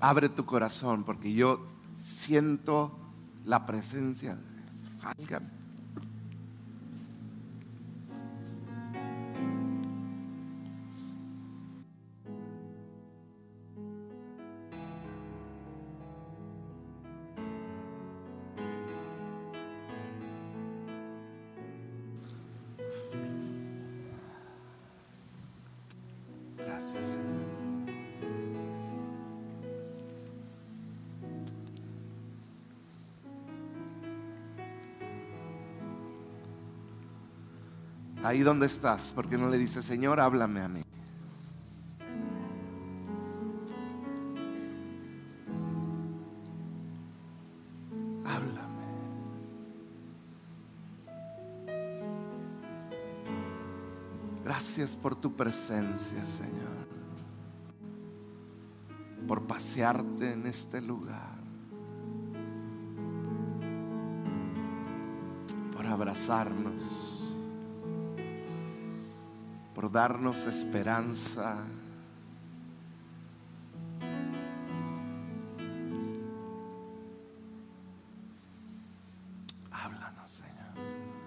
Abre tu corazón porque yo siento la presencia de Dios. Válgame. Gracias, Señor. Ahí donde estás, ¿por qué no le dices, Señor, háblame a mí? Háblame. Gracias por tu presencia, Señor. Por pasearte en este lugar. Por abrazarnos. Por darnos esperanza. Háblanos, Señor.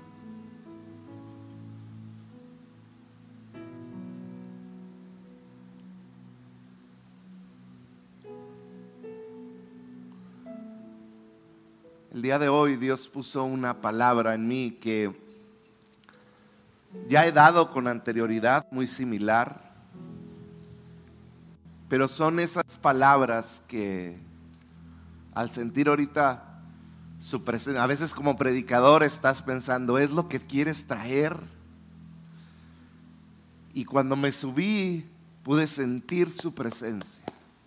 El día de hoy Dios puso una palabra en mí que ya he dado con anterioridad, muy similar, pero son esas palabras que al sentir ahorita su presencia, a veces como predicador estás pensando, ¿es lo que quieres traer? Y cuando me subí pude sentir su presencia.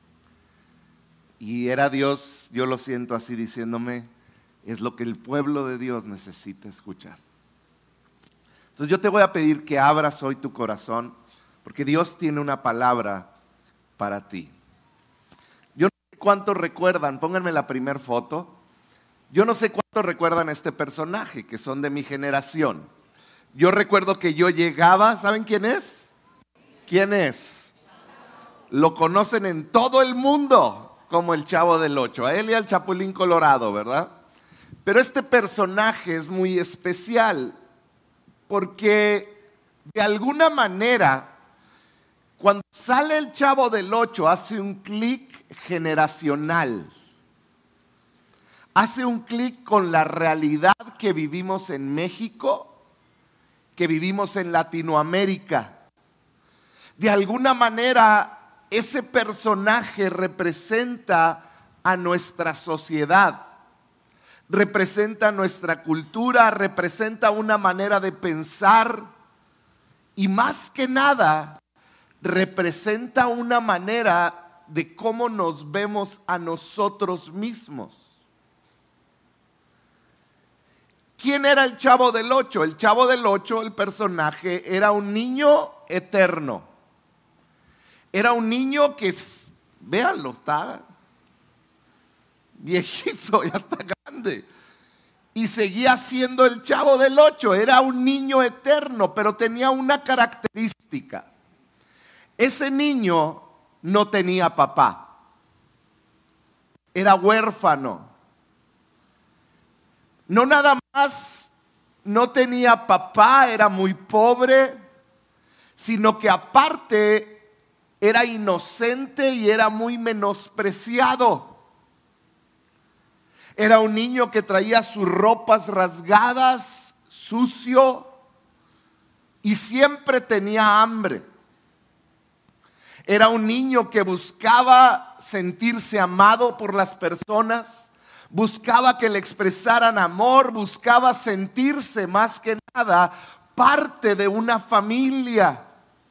Y era Dios, yo lo siento así diciéndome, es lo que el pueblo de Dios necesita escuchar. Entonces yo te voy a pedir que abras hoy tu corazón, porque Dios tiene una palabra para ti. Yo no sé cuántos recuerdan, pónganme la primer foto. Yo no sé cuántos recuerdan a este personaje, que son de mi generación. Yo recuerdo que yo llegaba, ¿saben quién es? ¿Quién es? Lo conocen en todo el mundo como el Chavo del Ocho, a él y al Chapulín Colorado, ¿verdad? Pero este personaje es muy especial. Porque de alguna manera, cuando sale el Chavo del Ocho, hace un clic generacional. Hace un clic con la realidad que vivimos en México, que vivimos en Latinoamérica. De alguna manera, ese personaje representa a nuestra sociedad. Representa nuestra cultura, representa una manera de pensar y más que nada representa una manera de cómo nos vemos a nosotros mismos. ¿Quién era el Chavo del Ocho? El Chavo del Ocho, el personaje, era un niño eterno. Era un niño que, véanlo, está viejito, ya está grande. Y seguía siendo el Chavo del Ocho. Era un niño eterno, pero tenía una característica. Ese niño no tenía papá. Era huérfano. No nada más no tenía papá, era muy pobre, sino que aparte era inocente y era muy menospreciado. Era un niño que traía sus ropas rasgadas, sucio, y siempre tenía hambre. Era un niño que buscaba sentirse amado por las personas, buscaba que le expresaran amor, buscaba sentirse más que nada parte de una familia.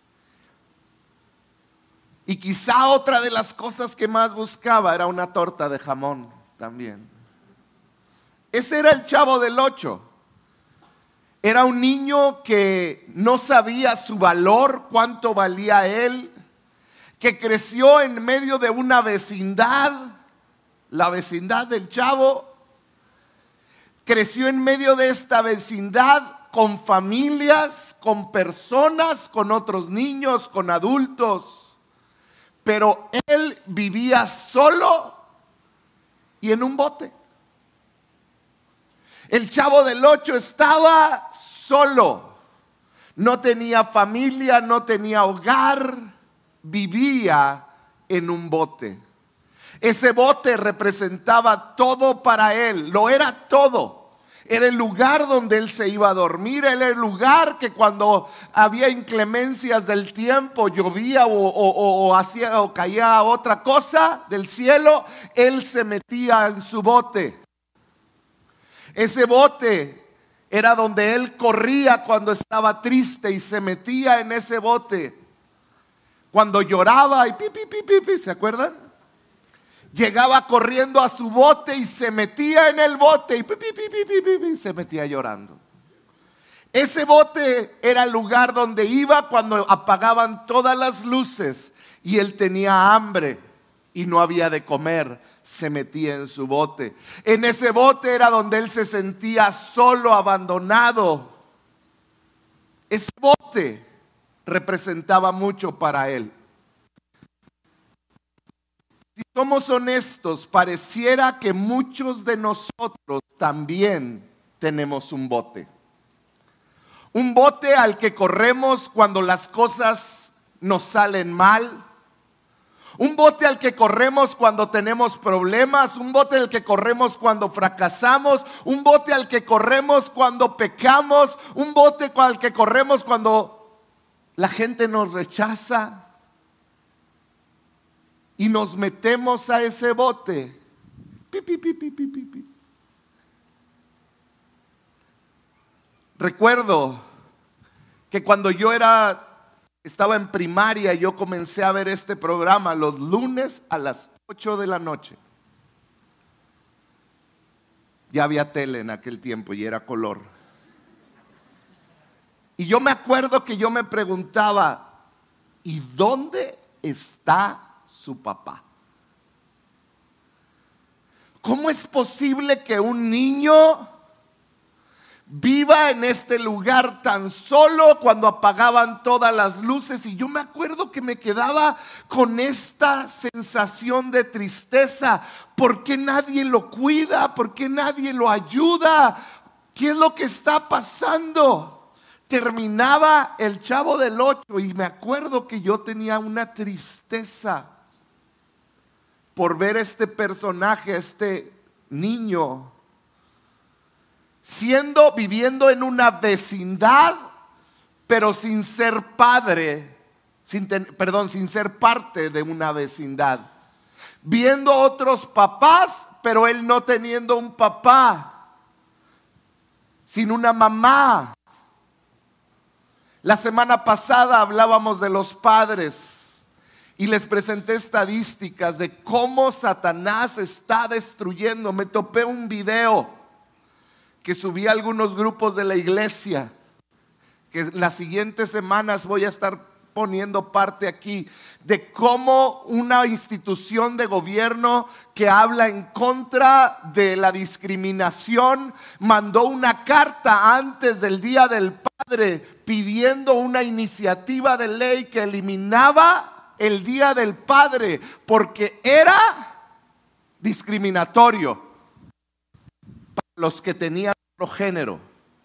Y quizá otra de las cosas que más buscaba era una torta de jamón también. Ese era el Chavo del Ocho. Era un niño que no sabía su valor, cuánto valía él, que creció en medio de una vecindad, la vecindad del Chavo. Creció en medio de esta vecindad con familias, con personas, con otros niños, con adultos. pero él vivía solo y en un bote. El Chavo del Ocho estaba solo, no tenía familia, no tenía hogar, vivía en un bote. Ese bote representaba todo para él, lo era todo. Era el lugar donde él se iba a dormir, era el lugar que cuando había inclemencias del tiempo, llovía o caía otra cosa del cielo, él se metía en su bote. Ese bote era donde él corría cuando estaba triste y se metía en ese bote. Cuando lloraba y pi, ¿se acuerdan? Llegaba corriendo a su bote y se metía en el bote y se metía llorando. Ese bote era el lugar donde iba cuando apagaban todas las luces y él tenía hambre y no había de comer. Se metía en su bote. En ese bote era donde él se sentía solo, abandonado. Ese bote representaba mucho para él. Si somos honestos, pareciera que muchos de nosotros también tenemos un bote. Un bote al que corremos cuando las cosas nos salen mal. Un bote al que corremos cuando tenemos problemas, un bote al que corremos cuando fracasamos, un bote al que corremos cuando pecamos, un bote al que corremos cuando la gente nos rechaza. Y nos metemos a ese bote. Recuerdo que cuando yo estaba en primaria, yo comencé a ver este programa los lunes a las 8 de la noche. Ya había tele en aquel tiempo y era color. Y yo me acuerdo que yo me preguntaba, ¿y dónde está su papá? ¿Cómo es posible que un niño viva en este lugar tan solo cuando apagaban todas las luces? Y yo me acuerdo que me quedaba con esta sensación de tristeza. ¿Por qué nadie lo cuida? ¿Por qué nadie lo ayuda? ¿Qué es lo que está pasando? Terminaba el Chavo del Ocho y me acuerdo que yo tenía una tristeza por ver este personaje, este niño viviendo en una vecindad, pero sin ser padre, sin ser parte de una vecindad. Viendo otros papás, pero él no teniendo un papá, sin una mamá. La semana pasada hablábamos de los padres y les presenté estadísticas de cómo Satanás está destruyendo. Me topé un video que subí a algunos grupos de la iglesia, que las siguientes semanas voy a estar poniendo parte aquí, de cómo una institución de gobierno que habla en contra de la discriminación mandó una carta antes del Día del Padre pidiendo una iniciativa de ley que eliminaba el Día del Padre porque era discriminatorio los que tenían otro género.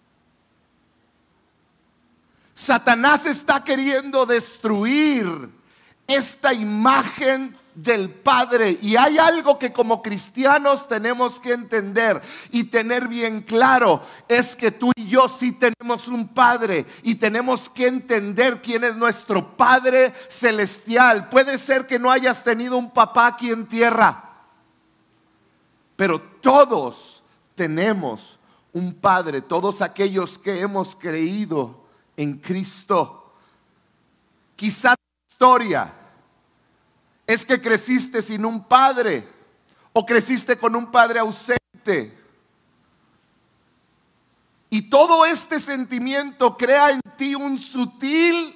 Satanás está queriendo destruir esta imagen del Padre, y hay algo que como cristianos tenemos que entender y tener bien claro, es que tú y yo sí tenemos un Padre y tenemos que entender quién es nuestro Padre celestial. Puede ser que no hayas tenido un papá aquí en tierra, pero todos tenemos un Padre, todos aquellos que hemos creído en Cristo. Quizá tu historia es que creciste sin un padre o creciste con un padre ausente. Y todo este sentimiento crea en ti un sutil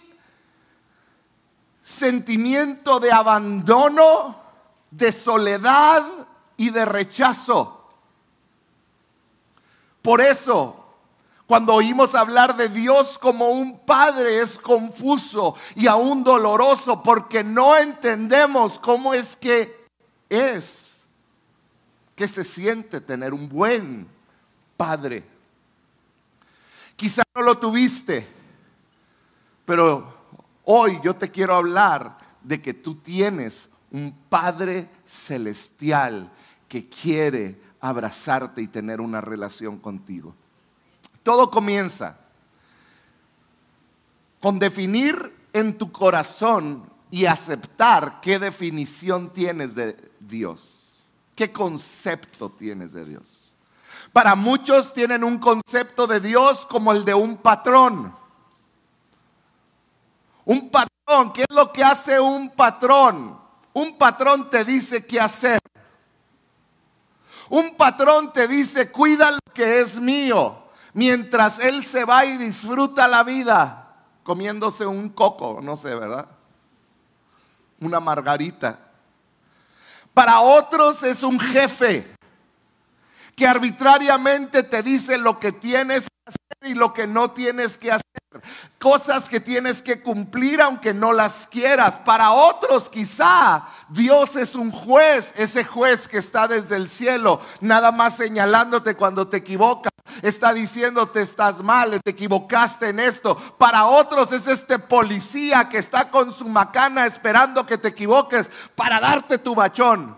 sentimiento de abandono, de soledad y de rechazo. Por eso, Cuando oímos hablar de Dios como un padre es confuso y aún doloroso porque no entendemos cómo es que qué se siente tener un buen padre. Quizá no lo tuviste, pero hoy yo te quiero hablar de que tú tienes un Padre celestial que quiere abrazarte y tener una relación contigo. Todo comienza con definir en tu corazón y aceptar qué definición tienes de Dios, qué concepto tienes de Dios. Para muchos tienen un concepto de Dios como el de un patrón. Un patrón, ¿qué es lo que hace un patrón? Un patrón te dice qué hacer. Un patrón te dice, cuida lo que es mío, mientras él se va y disfruta la vida comiéndose un coco, no sé, ¿verdad? Una margarita. Para otros es un jefe que arbitrariamente te dice lo que tienes que hacer y lo que no tienes que hacer. Cosas que tienes que cumplir aunque no las quieras. Para otros quizá Dios es un juez, ese juez que está desde el cielo, nada más señalándote cuando te equivocas. Está diciéndote estás mal, te equivocaste en esto. Para otros es este policía que está con su macana esperando que te equivoques para darte tu bachón,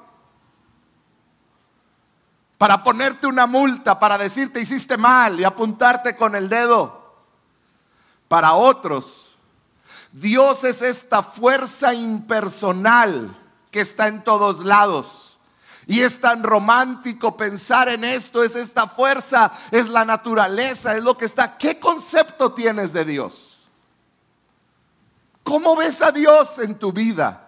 para ponerte una multa, para decirte hiciste mal y apuntarte con el dedo. Para otros, Dios es esta fuerza impersonal que está en todos lados. Y es tan romántico pensar en esto, es esta fuerza, es la naturaleza, es lo que está. ¿Qué concepto tienes de Dios? ¿Cómo ves a Dios en tu vida?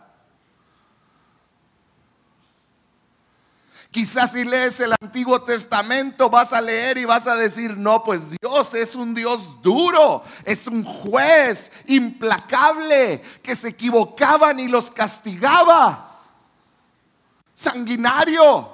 Quizás si lees el Antiguo Testamento vas a leer y vas a decir, no, pues Dios es un Dios duro, es un juez implacable que se equivocaban y los castigaba, sanguinario.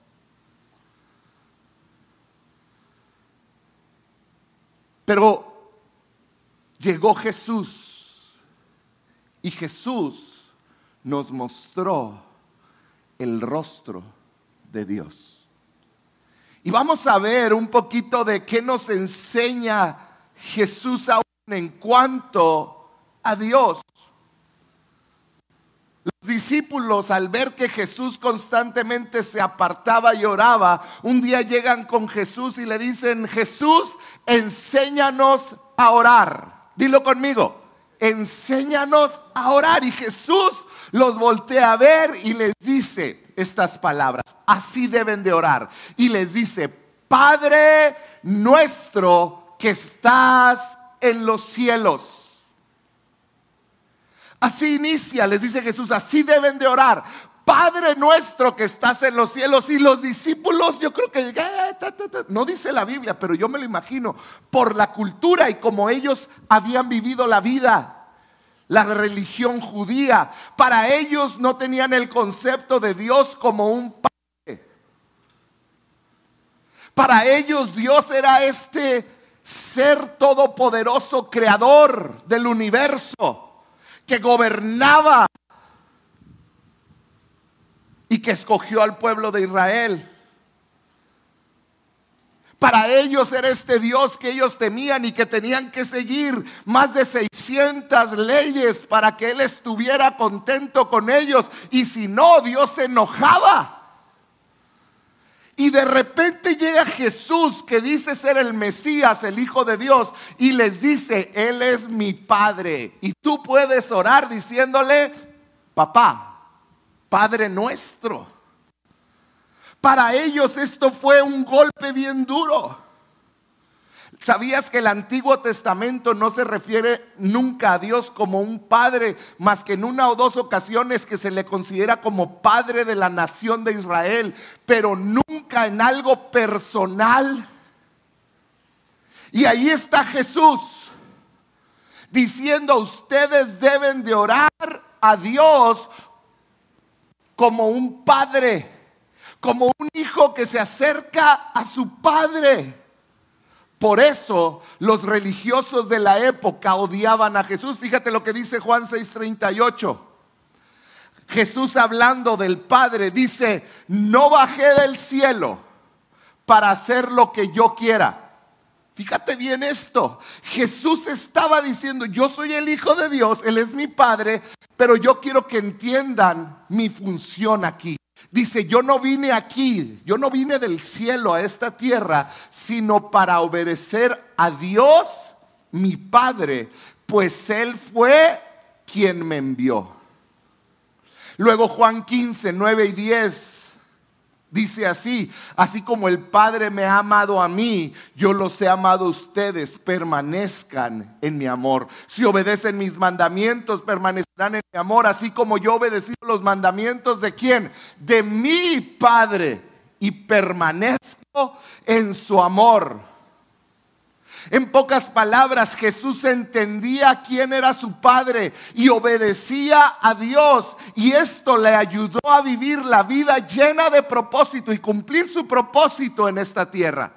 Pero llegó Jesús y Jesús nos mostró el rostro de Dios. Y vamos a ver un poquito de qué nos enseña Jesús aún en cuanto a Dios. Los discípulos, al ver que Jesús constantemente se apartaba y oraba, un día llegan con Jesús y le dicen, Jesús, enséñanos a orar. Dilo conmigo, enséñanos a orar. Y Jesús los voltea a ver y les dice estas palabras, así deben de orar. Y les dice, Padre nuestro que estás en los cielos. Así inicia, les dice Jesús, así deben de orar. Padre nuestro que estás en los cielos. Y los discípulos, yo creo que no dice la Biblia, pero yo me lo imagino, por la cultura y como ellos habían vivido la vida, la religión judía, para ellos no tenían el concepto de Dios como un padre. Para ellos Dios era este ser todopoderoso, creador del universo, que gobernaba y que escogió al pueblo de Israel. Para ellos era este Dios que ellos temían y que tenían que seguir más de 600 leyes para que Él estuviera contento con ellos. Y si no, Dios se enojaba. Y de repente llega Jesús, que dice ser el Mesías, el Hijo de Dios, y les dice, Él es mi Padre. Y tú puedes orar diciéndole, papá, Padre nuestro. Para ellos esto fue un golpe bien duro. ¿Sabías que el Antiguo Testamento no se refiere nunca a Dios como un padre, más que en una o dos ocasiones que se le considera como padre de la nación de Israel, pero nunca en algo personal? Y ahí está Jesús diciendo, ustedes deben de orar a Dios como un padre, como un hijo que se acerca a su padre. Por eso los religiosos de la época odiaban a Jesús. Fíjate lo que dice Juan 6:38. Jesús, hablando del Padre, dice: no bajé del cielo para hacer lo que yo quiera. Fíjate bien esto. Jesús estaba diciendo: yo soy el Hijo de Dios, Él es mi Padre, pero yo quiero que entiendan mi función aquí. Dice: yo no vine aquí, yo no vine del cielo a esta tierra, sino para obedecer a Dios, mi Padre, pues Él fue quien me envió. Luego Juan 15, 9 y 10 dice así: así como el Padre me ha amado a mí, yo los he amado a ustedes, permanezcan en mi amor. Si obedecen mis mandamientos, permanecerán en mi amor, así como yo he obedecido los mandamientos ¿de quién? De mi Padre, y permanezco en su amor. En pocas palabras, Jesús entendía quién era su Padre y obedecía a Dios, y esto le ayudó a vivir la vida llena de propósito y cumplir su propósito en esta tierra.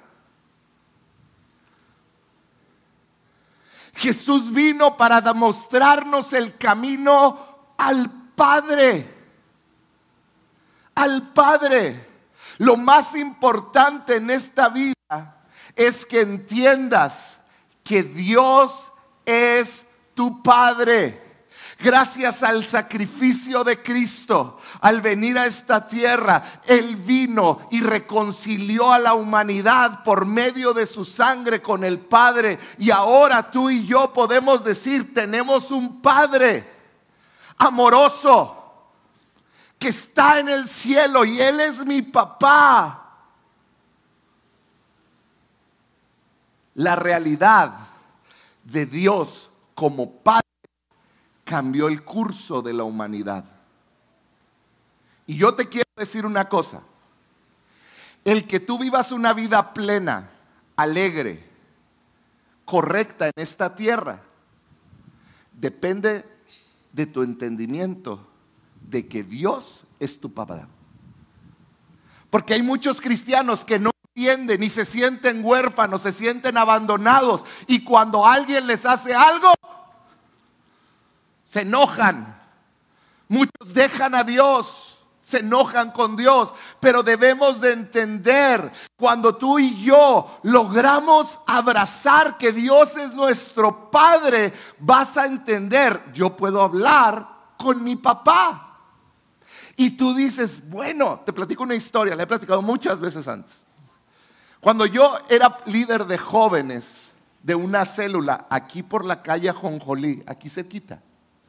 Jesús vino para demostrarnos el camino al Padre. Al Padre. Lo más importante en esta vida es que entiendas que Dios es tu Padre. Gracias al sacrificio de Cristo, al venir a esta tierra, Él vino y reconcilió a la humanidad por medio de su sangre con el Padre. Y ahora tú y yo podemos decir: tenemos un Padre amoroso que está en el cielo, y Él es mi papá. La realidad de Dios como Padre cambió el curso de la humanidad. Y yo te quiero decir una cosa: el que tú vivas una vida plena, alegre, correcta en esta tierra, depende de tu entendimiento de que Dios es tu papá. Porque hay muchos cristianos que no entienden y se sienten huérfanos, se sienten abandonados, y cuando alguien les hace algo, se enojan. Muchos dejan a Dios, se enojan con Dios. Pero debemos de entender, cuando tú y yo logramos abrazar que Dios es nuestro Padre, vas a entender: yo puedo hablar con mi papá. Y tú dices: bueno, te platico una historia, la he platicado muchas veces antes. Cuando yo era líder de jóvenes de una célula aquí por la calle Ajonjolí, aquí cerquita,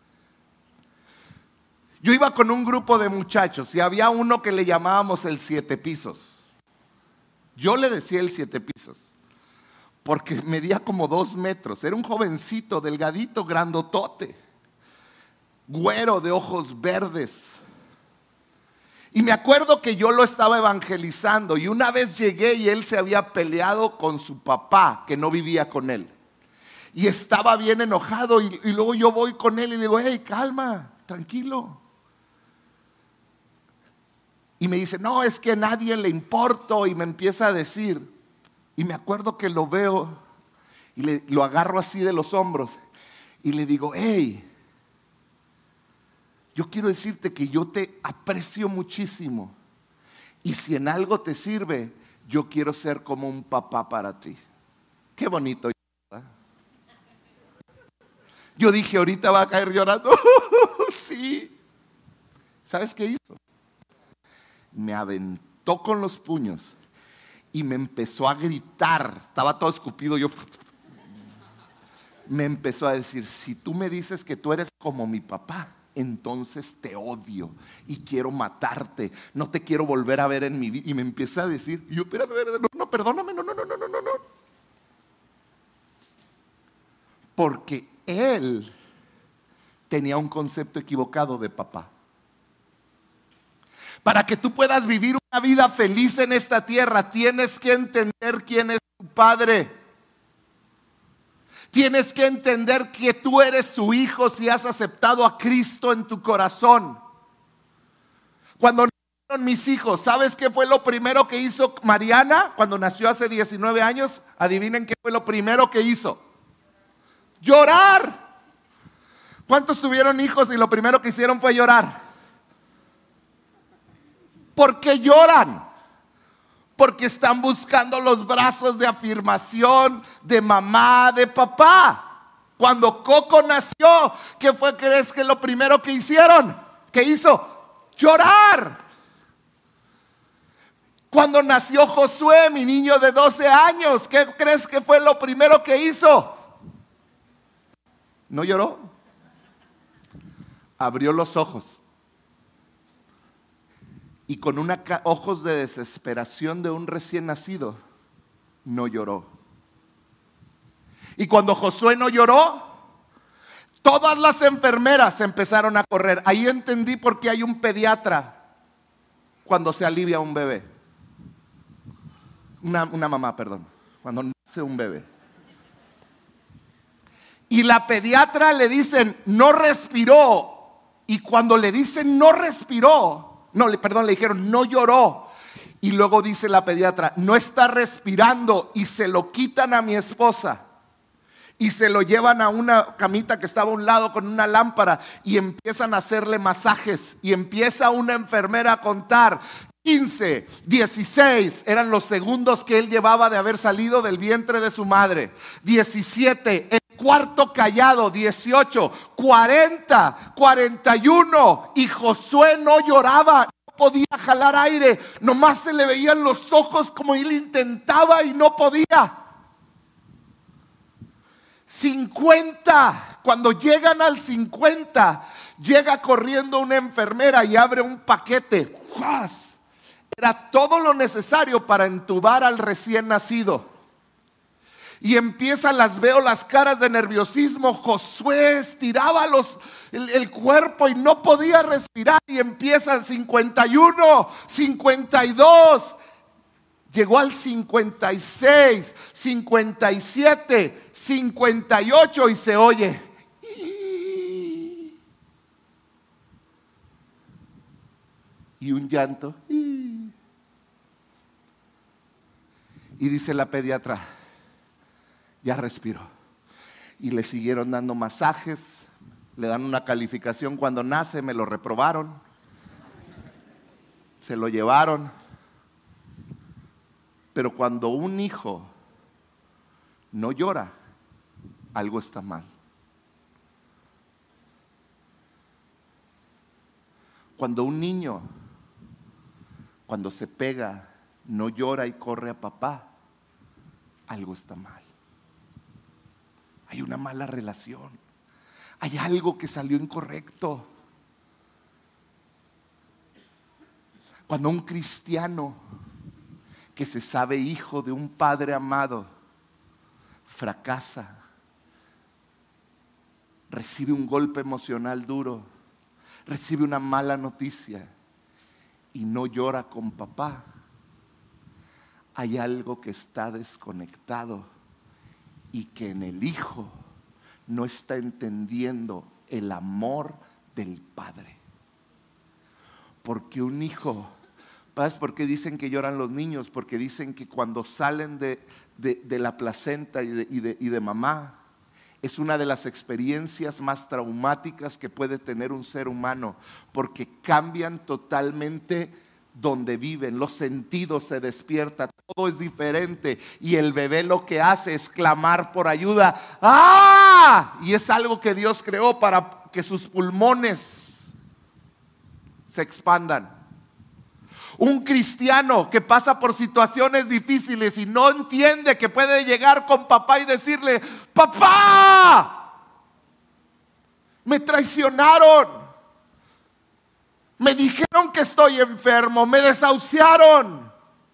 yo iba con un grupo de muchachos y había uno que le llamábamos el 7 pisos. Yo le decía el 7 pisos porque medía como 2 metros. Era un jovencito, delgadito, grandotote, güero, de ojos verdes. Y me acuerdo que yo lo estaba evangelizando, y una vez llegué y él se había peleado con su papá, que no vivía con él. Y estaba bien enojado, y luego yo voy con él y digo: hey, calma, tranquilo. Y me dice: no, es que a nadie le importo, y me empieza a decir. Y me acuerdo que lo veo y lo agarro así de los hombros y le digo: hey, yo quiero decirte que yo te aprecio muchísimo, y si en algo te sirve, yo quiero ser como un papá para ti. Qué bonito, ¿verdad? Yo dije: ahorita va a caer llorando. Sí. ¿Sabes qué hizo? Me aventó con los puños y me empezó a gritar. Estaba todo escupido yo. Me empezó a decir: si tú me dices que tú eres como mi papá, entonces te odio y quiero matarte, no te quiero volver a ver en mi vida. Y me empieza a decir, y yo: espérame, no, perdóname, no. Porque él tenía un concepto equivocado de papá. Para que tú puedas vivir una vida feliz en esta tierra, tienes que entender quién es tu Padre. Tienes que entender que tú eres su hijo si has aceptado a Cristo en tu corazón. Cuando mis hijos. ¿Sabes qué fue lo primero que hizo Mariana cuando nació hace 19 años? Adivinen qué fue lo primero que hizo. Llorar. ¿Cuántos tuvieron hijos y lo primero que hicieron fue llorar? ¿Por qué lloran? Porque están buscando los brazos de afirmación de mamá, de papá. Cuando Coco nació, ¿qué fue, crees que lo primero que hicieron? ¿Qué hizo? Llorar. Cuando nació Josué, mi niño de 12 años, ¿qué crees que fue lo primero que hizo? ¿No lloró? Abrió los ojos. Y con ojos de desesperación de un recién nacido, no lloró. Y cuando Josué no lloró, todas las enfermeras empezaron a correr. Ahí entendí por qué hay un pediatra cuando se alivia un bebé. Una mamá, perdón, cuando nace un bebé. Y la pediatra le dicen, no respiró. Y cuando le dicen no respiró, le dijeron no lloró. Y luego dice la pediatra, no está respirando. Y se lo quitan a mi esposa. Y se lo llevan a una camita que estaba a un lado con una lámpara. Y empiezan a hacerle masajes. Y empieza una enfermera a contar. 15, 16 eran los segundos que él llevaba de haber salido del vientre de su madre. 17, el cuarto callado. 18, 40, 41. Y Josué no lloraba, no podía jalar aire. Nomás se le veían los ojos como él intentaba y no podía. 50, cuando llegan al 50, llega corriendo una enfermera y abre un paquete. ¡Jas! Era todo lo necesario para entubar al recién nacido. Y veo las caras de nerviosismo. Josué estiraba el cuerpo y no podía respirar. Y empiezan 51, 52. Llegó al 56, 57, 58 y se oye. Y un llanto. Y dice la pediatra, ya respiró. Y le siguieron dando masajes, le dan una calificación cuando nace, me lo reprobaron, se lo llevaron. Pero cuando un hijo no llora, algo está mal. Cuando un niño, cuando se pega, no llora y corre a papá, algo está mal. Hay una mala relación. Hay algo que salió incorrecto. Cuando un cristiano que se sabe hijo de un padre amado fracasa, recibe un golpe emocional duro, recibe una mala noticia y no llora con papá, hay algo que está desconectado y que en el hijo no está entendiendo el amor del padre. Porque un hijo, ¿sabes por qué dicen que lloran los niños? Porque dicen que cuando salen de la placenta y de mamá, es una de las experiencias más traumáticas que puede tener un ser humano, porque cambian totalmente donde viven, los sentidos se despiertan, todo es diferente y el bebé lo que hace es clamar por ayuda. ¡Ah! Y es algo que Dios creó para que sus pulmones se expandan. Un cristiano que pasa por situaciones difíciles y no entiende que puede llegar con papá y decirle: papá, me traicionaron, me dijeron que estoy enfermo, me desahuciaron,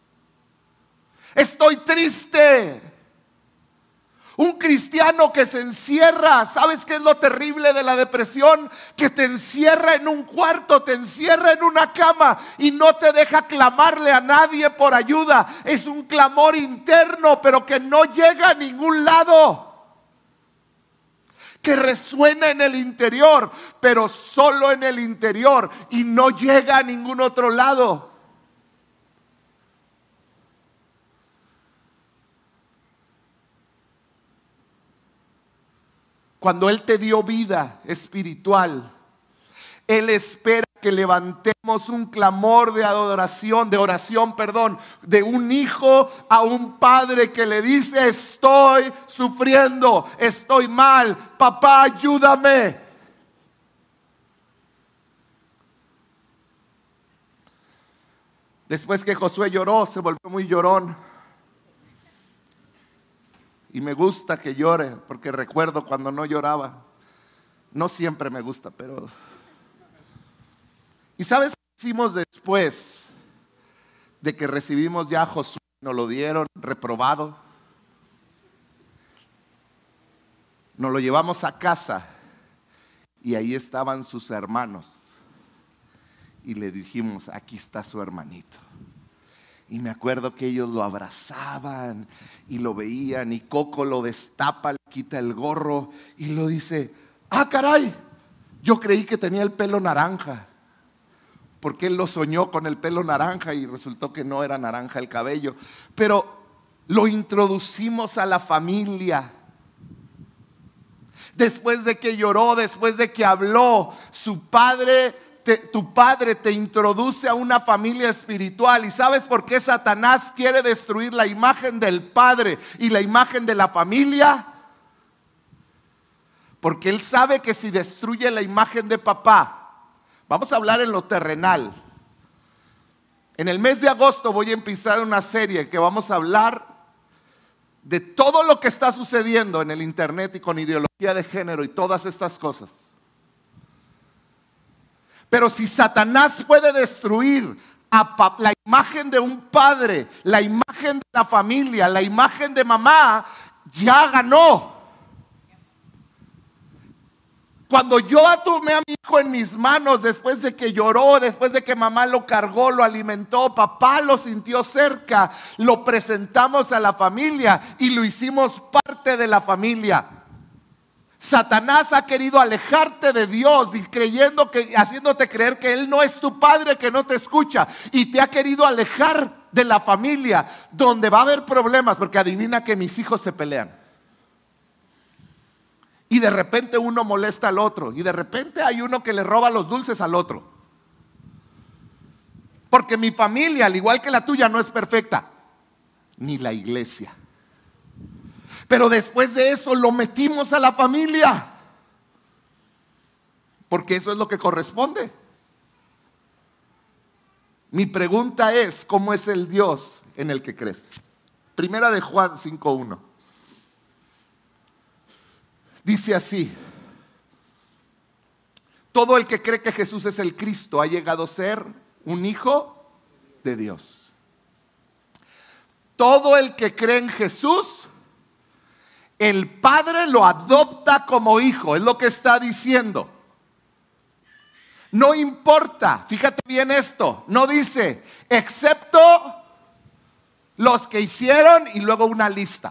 estoy triste. Un cristiano que se encierra, ¿sabes qué es lo terrible de la depresión? Que te encierra en un cuarto, te encierra en una cama y no te deja clamarle a nadie por ayuda. Es un clamor interno, pero que no llega a ningún lado. que resuena en el interior, pero solo en el interior y no llega a ningún otro lado. Cuando Él te dio vida espiritual, Él espera que levantemos un clamor de adoración, de oración, de un hijo a un padre que le dice: estoy sufriendo, estoy mal, papá, ayúdame. Después que Josué lloró, se volvió muy llorón. Y me gusta que llore, porque recuerdo cuando no lloraba. No siempre me gusta, pero... ¿Y sabes qué hicimos después de que recibimos ya a Josué? Nos lo dieron reprobado. Nos lo llevamos a casa y ahí estaban sus hermanos. Y le dijimos: aquí está su hermanito. Y me acuerdo que ellos lo abrazaban y lo veían, y Coco lo destapa, le quita el gorro y lo dice: ¡ah, caray! Yo creí que tenía el pelo naranja, porque él lo soñó con el pelo naranja y resultó que no era naranja el cabello. Pero lo introducimos a la familia. Después de que lloró, después de que habló, tu padre te introduce a una familia espiritual. ¿Y sabes por qué Satanás quiere destruir la imagen del padre y la imagen de la familia? Porque él sabe que si destruye la imagen de papá, vamos a hablar en lo terrenal. En el mes de agosto voy a empezar una serie que vamos a hablar de todo lo que está sucediendo en el internet y con ideología de género y todas estas cosas. Pero si Satanás puede destruir la imagen de un padre, la imagen de la familia, la imagen de mamá, ya ganó. Cuando yo tomé a mi hijo en mis manos, después de que lloró, después de que mamá lo cargó, lo alimentó, papá lo sintió cerca, lo presentamos a la familia y lo hicimos parte de la familia. Satanás ha querido alejarte de Dios y haciéndote creer que Él no es tu padre, que no te escucha, y te ha querido alejar de la familia, donde va a haber problemas, porque adivina que mis hijos se pelean. Y de repente uno molesta al otro, y de repente hay uno que le roba los dulces al otro. Porque mi familia, al igual que la tuya, no es perfecta, ni la iglesia. Pero después de eso lo metimos a la familia, porque eso es lo que corresponde. Mi pregunta es: ¿cómo es el Dios en el que crees? Primera de Juan 5:1. Dice así: todo el que cree que Jesús es el Cristo ha llegado a ser un hijo de Dios. Todo el que cree en Jesús, el Padre lo adopta como hijo. Es lo que está diciendo. No importa, fíjate bien esto, no dice excepto los que hicieron y luego una lista.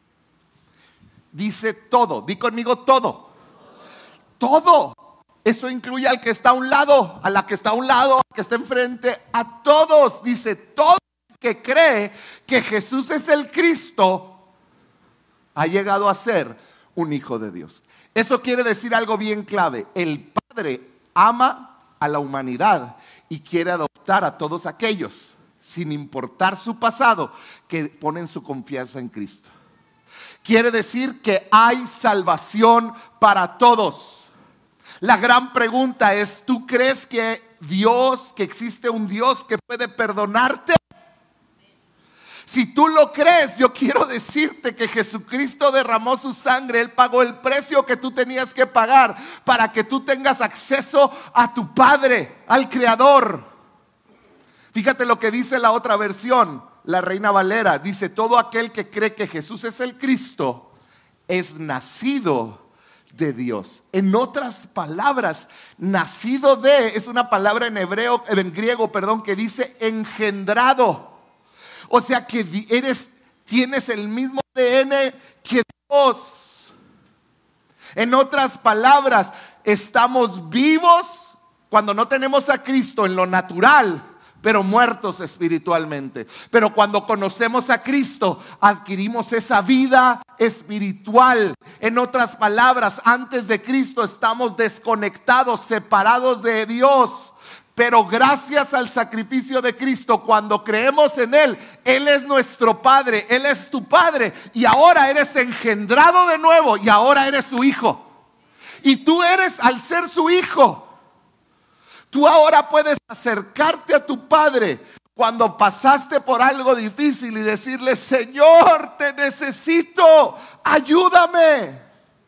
Dice todo. Di conmigo: todo. Todo. Eso incluye al que está a un lado, a la que está a un lado, al que está enfrente, a todos. Dice: todo el que cree que Jesús es el Cristo ha llegado a ser un hijo de Dios. Eso quiere decir algo bien clave. El Padre ama a la humanidad y quiere adoptar a todos aquellos, sin importar su pasado, que ponen su confianza en Cristo. Quiere decir que hay salvación para todos. La gran pregunta es: ¿tú crees que existe un Dios que puede perdonarte? Si tú lo crees, yo quiero decirte que Jesucristo derramó su sangre. Él pagó el precio que tú tenías que pagar para que tú tengas acceso a tu Padre, al Creador. Fíjate lo que dice la otra versión, la Reina Valera. Dice: todo aquel que cree que Jesús es el Cristo es nacido de Dios. En otras palabras, nacido de es una palabra en griego, que dice engendrado. O sea que tienes el mismo ADN que Dios. En otras palabras, estamos vivos cuando no tenemos a Cristo en lo natural, pero muertos espiritualmente. Pero cuando conocemos a Cristo, adquirimos esa vida espiritual. En otras palabras, antes de Cristo estamos desconectados, separados de Dios. Pero gracias al sacrificio de Cristo, cuando creemos en Él, Él es nuestro Padre, Él es tu Padre. Y ahora eres engendrado de nuevo y ahora eres su hijo. Y tú eres, al ser su hijo, tú ahora puedes acercarte a tu Padre cuando pasaste por algo difícil y decirle: Señor, te necesito, ayúdame.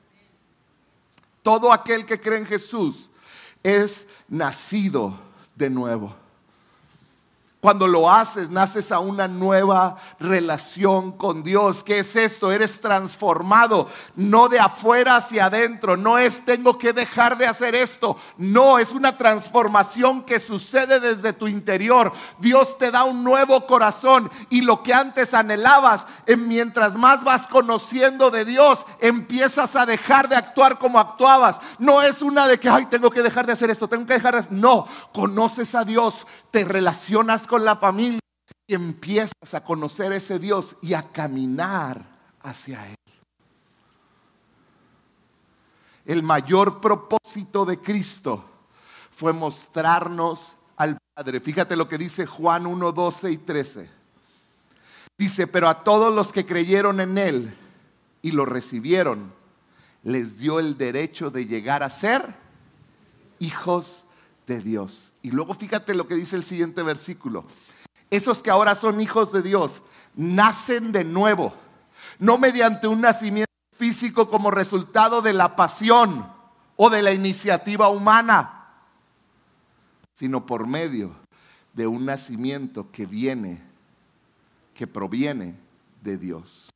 Todo aquel que cree en Jesús es nacido de nuevo. Cuando lo haces, naces a una nueva relación con Dios. ¿Qué es esto? Eres transformado, no de afuera hacia adentro. No es tengo que dejar de hacer esto. No, es una transformación que sucede desde tu interior. Dios te da un nuevo corazón y lo que antes anhelabas, mientras más vas conociendo de Dios, empiezas a dejar de actuar como actuabas. No es una de que, ay, tengo que dejar de hacer esto, tengo que dejar de hacer. No, conoces a Dios, te relacionas con la familia y empiezas a conocer ese Dios y a caminar hacia Él. El mayor propósito de Cristo fue mostrarnos al Padre. Fíjate lo que dice Juan 1, 12 y 13. Dice: pero a todos los que creyeron en Él y lo recibieron, les dio el derecho de llegar a ser hijos de Dios. Y luego fíjate lo que dice el siguiente versículo: esos que ahora son hijos de Dios nacen de nuevo, no mediante un nacimiento físico como resultado de la pasión o de la iniciativa humana, sino por medio de un nacimiento que proviene de Dios.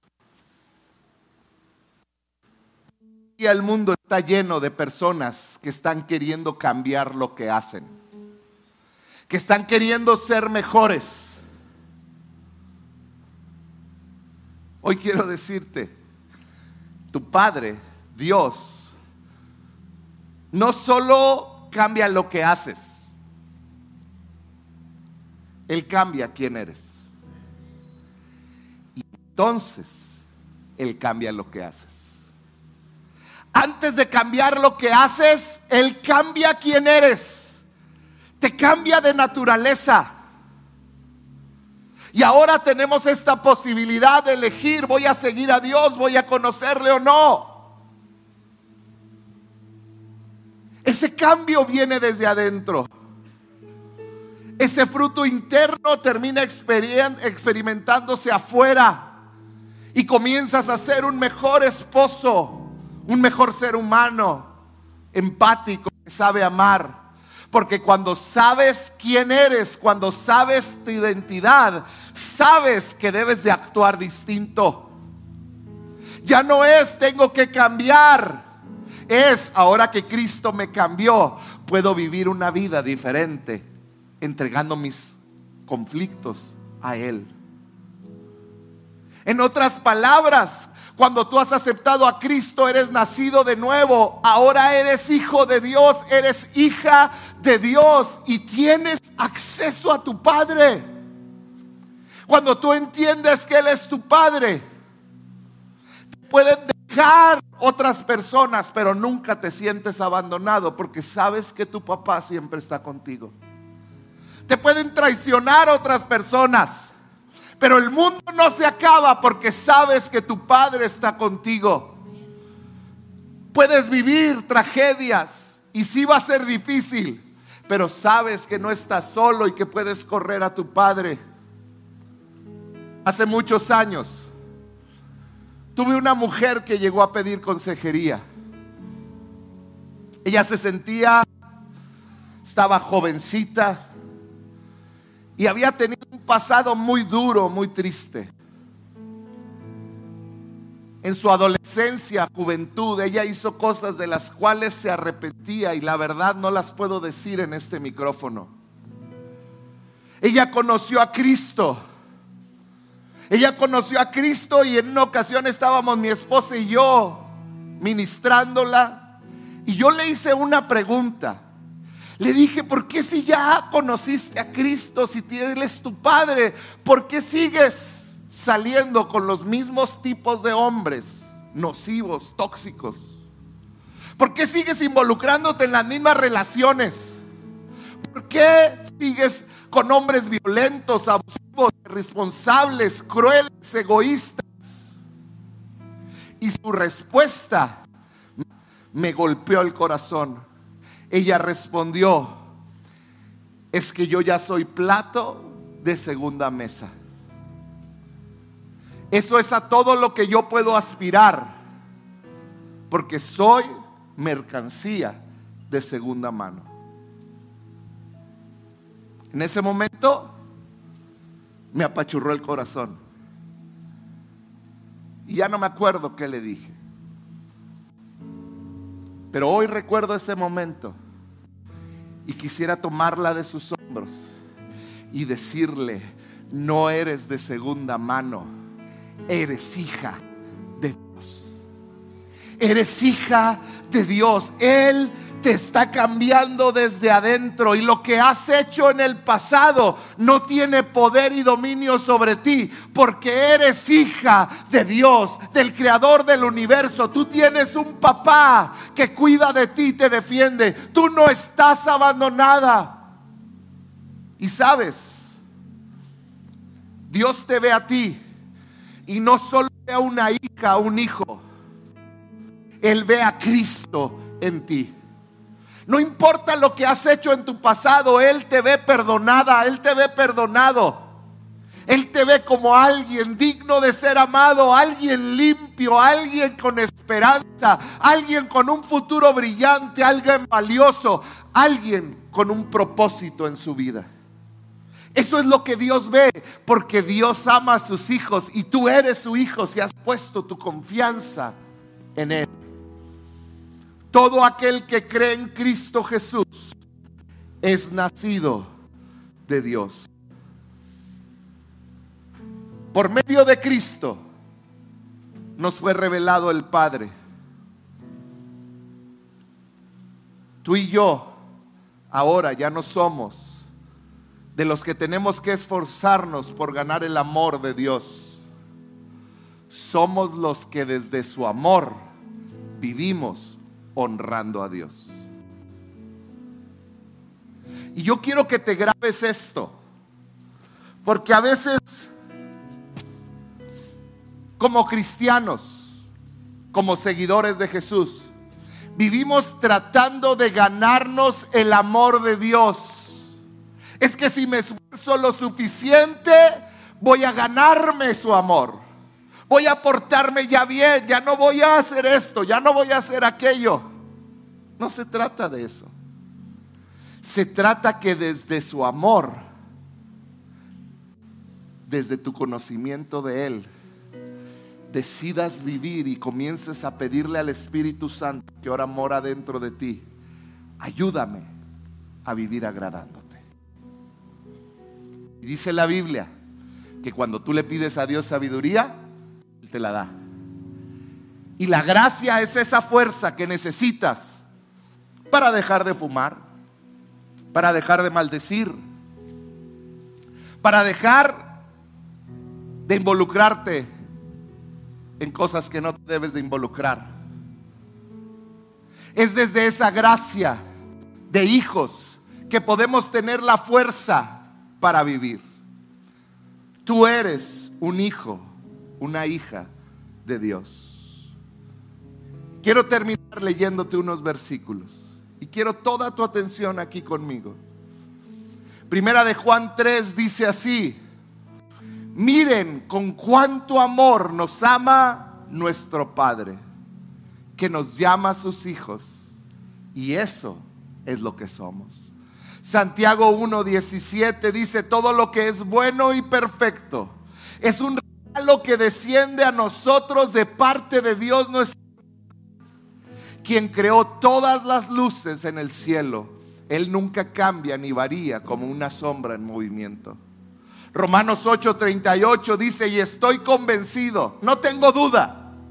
Y el mundo está lleno de personas que están queriendo cambiar lo que hacen, que están queriendo ser mejores. Hoy quiero decirte, tu Padre, Dios, no solo cambia lo que haces, Él cambia quién eres. Y entonces Él cambia lo que haces. Antes de cambiar lo que haces, Él cambia quién eres. Te cambia de naturaleza. Y ahora tenemos esta posibilidad de elegir: voy a seguir a Dios, voy a conocerle o no. Ese cambio viene desde adentro. Ese fruto interno termina experimentándose afuera. Y comienzas a ser un mejor esposo, un mejor ser humano, empático, que sabe amar. Porque cuando sabes quién eres, cuando sabes tu identidad, sabes que debes de actuar distinto. Ya no es tengo que cambiar, es ahora que Cristo me cambió, puedo vivir una vida diferente, entregando mis conflictos a Él. En otras palabras, cuando tú has aceptado a Cristo, eres nacido de nuevo. Ahora eres hijo de Dios, eres hija de Dios y tienes acceso a tu Padre. Cuando tú entiendes que Él es tu Padre, te pueden dejar otras personas, pero nunca te sientes abandonado porque sabes que tu papá siempre está contigo. Te pueden traicionar otras personas, pero el mundo no se acaba porque sabes que tu Padre está contigo. Puedes vivir tragedias y sí va a ser difícil, pero sabes que no estás solo y que puedes correr a tu Padre. Hace muchos años tuve una mujer que llegó a pedir consejería. Ella estaba jovencita y había tenido un pasado muy duro, muy triste. En su adolescencia, juventud, ella hizo cosas de las cuales se arrepentía y la verdad no las puedo decir en este micrófono. Ella conoció a Cristo. Ella conoció a Cristo y en una ocasión estábamos mi esposa y yo ministrándola, y yo le hice una pregunta. Le dije, ¿por qué si ya conociste a Cristo, si Él es tu Padre, por qué sigues saliendo con los mismos tipos de hombres nocivos, tóxicos? ¿Por qué sigues involucrándote en las mismas relaciones? ¿Por qué sigues con hombres violentos, abusivos, irresponsables, crueles, egoístas? Y su respuesta me golpeó el corazón. Ella respondió, es que yo ya soy plato de segunda mesa. Eso es a todo lo que yo puedo aspirar, porque soy mercancía de segunda mano. En ese momento me apachurró el corazón. Y ya no me acuerdo qué le dije. Pero hoy recuerdo ese momento y quisiera tomarla de sus hombros y decirle, no eres de segunda mano, eres hija de Dios. Eres hija de Dios. Él te está cambiando desde adentro, y lo que has hecho en el pasado no tiene poder y dominio sobre ti, porque eres hija de Dios, del creador del universo. Tú tienes un papá que cuida de ti y te defiende. Tú no estás abandonada. Y sabes, Dios te ve a ti, y no solo ve a una hija, un hijo. Él ve a Cristo en ti. No importa lo que has hecho en tu pasado, Él te ve perdonada, Él te ve perdonado. Él te ve como alguien digno de ser amado, alguien limpio, alguien con esperanza, alguien con un futuro brillante, alguien valioso, alguien con un propósito en su vida. Eso es lo que Dios ve, porque Dios ama a sus hijos, y tú eres su hijo si has puesto tu confianza en Él. Todo aquel que cree en Cristo Jesús es nacido de Dios. Por medio de Cristo nos fue revelado el Padre. Tú y yo ahora ya no somos de los que tenemos que esforzarnos por ganar el amor de Dios. Somos los que desde su amor vivimos honrando a Dios. Y yo quiero que te grabes esto, porque a veces, como cristianos, como seguidores de Jesús, vivimos tratando de ganarnos el amor de Dios. Es que si me esfuerzo lo suficiente, voy a ganarme su amor. Voy a portarme ya bien, ya no voy a hacer esto, ya no voy a hacer aquello. No se trata de eso. Se trata que desde su amor, desde tu conocimiento de Él, decidas vivir y comiences a pedirle al Espíritu Santo, que ahora mora dentro de ti, ayúdame a vivir agradándote. Y dice la Biblia que cuando tú le pides a Dios sabiduría, te la da. Y la gracia es esa fuerza que necesitas para dejar de fumar, para dejar de maldecir, para dejar de involucrarte en cosas que no te debes de involucrar. Es desde esa gracia de hijos que podemos tener la fuerza para vivir. Tú eres un hijo, una hija de Dios. Quiero terminar leyéndote unos versículos y quiero toda tu atención aquí conmigo. Primera de Juan 3 dice así: miren con cuánto amor nos ama nuestro Padre, que nos llama a sus hijos, y eso es lo que somos. Santiago 1:17 dice: todo lo que es bueno y perfecto es un regalo que desciende a nosotros de parte de Dios nuestro, quien creó todas las luces en el cielo. Él nunca cambia ni varía como una sombra en movimiento. Romanos 8:38 dice: y estoy convencido, no tengo duda,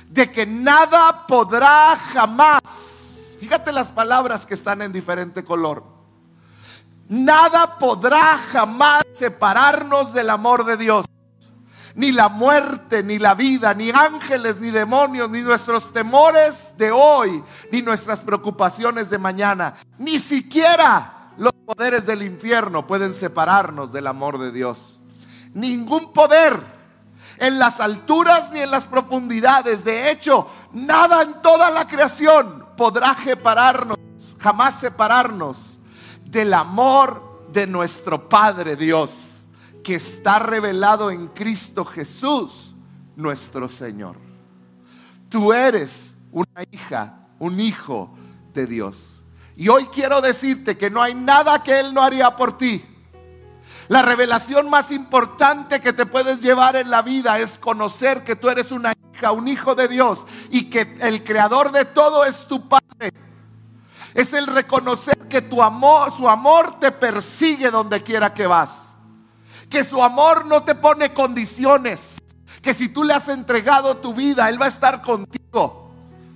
de que nada podrá jamás, fíjate las palabras que están en diferente color, nada podrá jamás separarnos del amor de Dios. Ni la muerte, ni la vida, ni ángeles, ni demonios, ni nuestros temores de hoy, ni nuestras preocupaciones de mañana, ni siquiera los poderes del infierno pueden separarnos del amor de Dios. Ningún poder en las alturas ni en las profundidades, de hecho, nada en toda la creación podrá jamás separarnos del amor de nuestro Padre Dios, que está revelado en Cristo Jesús, nuestro Señor. Tú eres una hija, un hijo de Dios. Y hoy quiero decirte que no hay nada que Él no haría por ti. La revelación más importante que te puedes llevar en la vida es conocer que tú eres una hija, un hijo de Dios, y que el creador de todo es tu Padre. Es el reconocer que su amor te persigue donde quiera que vas. Que su amor no te pone condiciones. Que si tú le has entregado tu vida, Él va a estar contigo.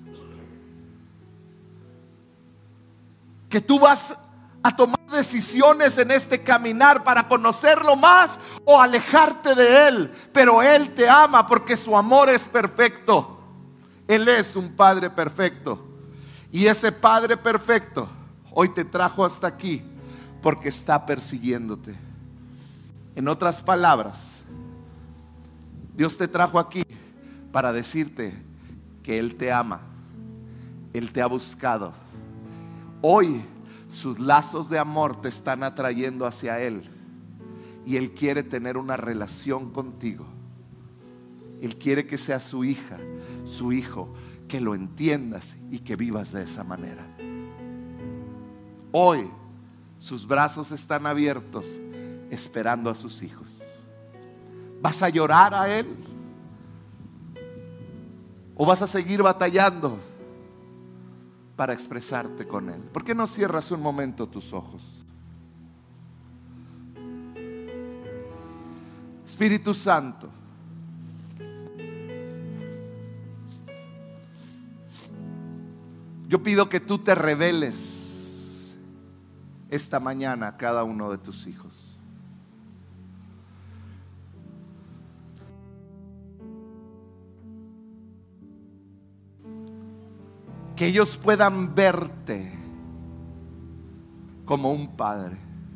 Que tú vas a tomar decisiones en este caminar para conocerlo más o alejarte de Él. Pero Él te ama porque su amor es perfecto. Él es un Padre perfecto. Y ese Padre perfecto hoy te trajo hasta aquí porque está persiguiéndote. En otras palabras, Dios te trajo aquí para decirte que Él te ama. Él te ha buscado. Hoy sus lazos de amor te están atrayendo hacia Él. Y Él quiere tener una relación contigo. Él quiere que seas su hija, su hijo, que lo entiendas y que vivas de esa manera. Hoy sus brazos están abiertos, esperando a sus hijos. ¿Vas a llorar a Él? ¿O vas a seguir batallando para expresarte con Él? ¿Por qué no cierras un momento tus ojos? Espíritu Santo, yo pido que tú te reveles esta mañana a cada uno de tus hijos. Que ellos puedan verte como un padre.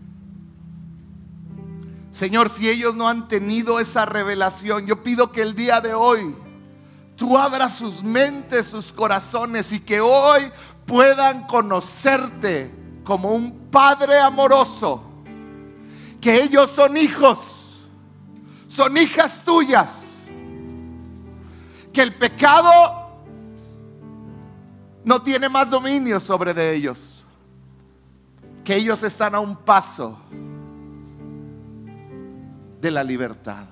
Señor, si ellos no han tenido esa revelación, yo pido que el día de hoy tú abras sus mentes, sus corazones, y que hoy puedan conocerte como un Padre amoroso. Que ellos son hijos, son hijas tuyas. Que el pecado no tiene más dominio sobre de ellos. Que ellos están a un paso de la libertad.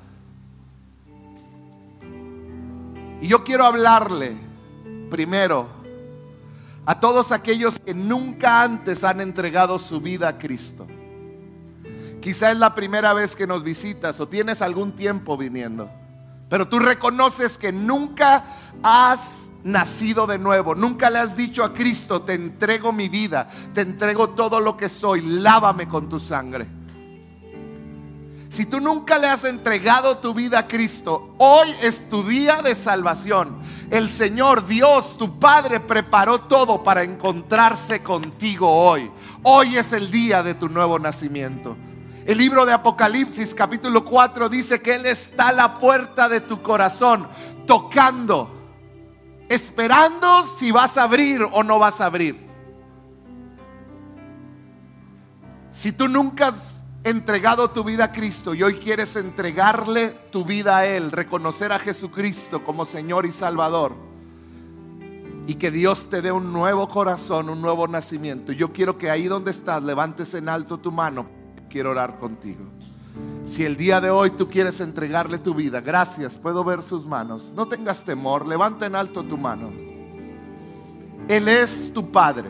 Y yo quiero hablarle primero a todos aquellos que nunca antes han entregado su vida a Cristo. Quizá es la primera vez que nos visitas o tienes algún tiempo viniendo, pero tú reconoces que nunca has nacido de nuevo. Nunca le has dicho a Cristo: te entrego mi vida, te entrego todo lo que soy, lávame con tu sangre. Si tú nunca le has entregado tu vida a Cristo, hoy es tu día de salvación. El Señor Dios, tu Padre, preparó todo para encontrarse contigo hoy. Hoy es el día de tu nuevo nacimiento. El libro de Apocalipsis capítulo 4 dice que Él está a la puerta de tu corazón, tocando, esperando si vas a abrir o no vas a abrir. Si tú nunca has entregado tu vida a Cristo y hoy quieres entregarle tu vida a Él, reconocer a Jesucristo como Señor y Salvador, y que Dios te dé un nuevo corazón, un nuevo nacimiento, yo quiero que ahí donde estás levantes en alto tu mano. Quiero orar contigo. Si el día de hoy tú quieres entregarle tu vida, gracias, puedo ver sus manos. No tengas temor, levanta en alto tu mano. Él es tu Padre.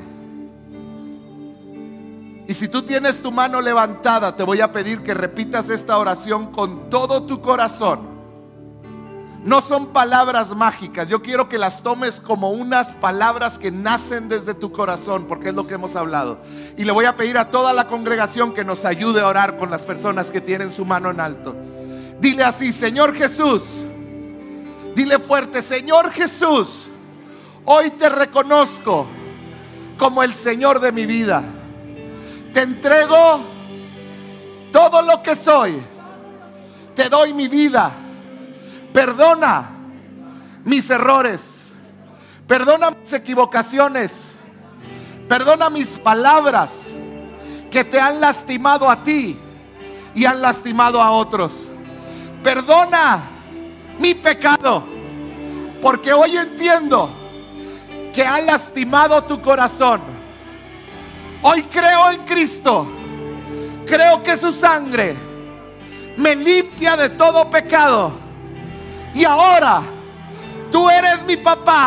Y si tú tienes tu mano levantada, te voy a pedir que repitas esta oración con todo tu corazón, No son palabras mágicas. Yo quiero que las tomes como unas palabras que nacen desde tu corazón, porque es lo que hemos hablado. Y le voy a pedir a toda la congregación que nos ayude a orar con las personas que tienen su mano en alto. Dile así: Señor Jesús. Dile fuerte: Señor Jesús, hoy te reconozco como el Señor de mi vida. Te entrego todo lo que soy. Te doy mi vida. Perdona mis errores. Perdona mis equivocaciones. Perdona mis palabras que te han lastimado a ti y han lastimado a otros. Perdona mi pecado, porque hoy entiendo que ha lastimado tu corazón. Hoy creo en Cristo. Creo que su sangre me limpia de todo pecado. Y ahora tú eres mi papá.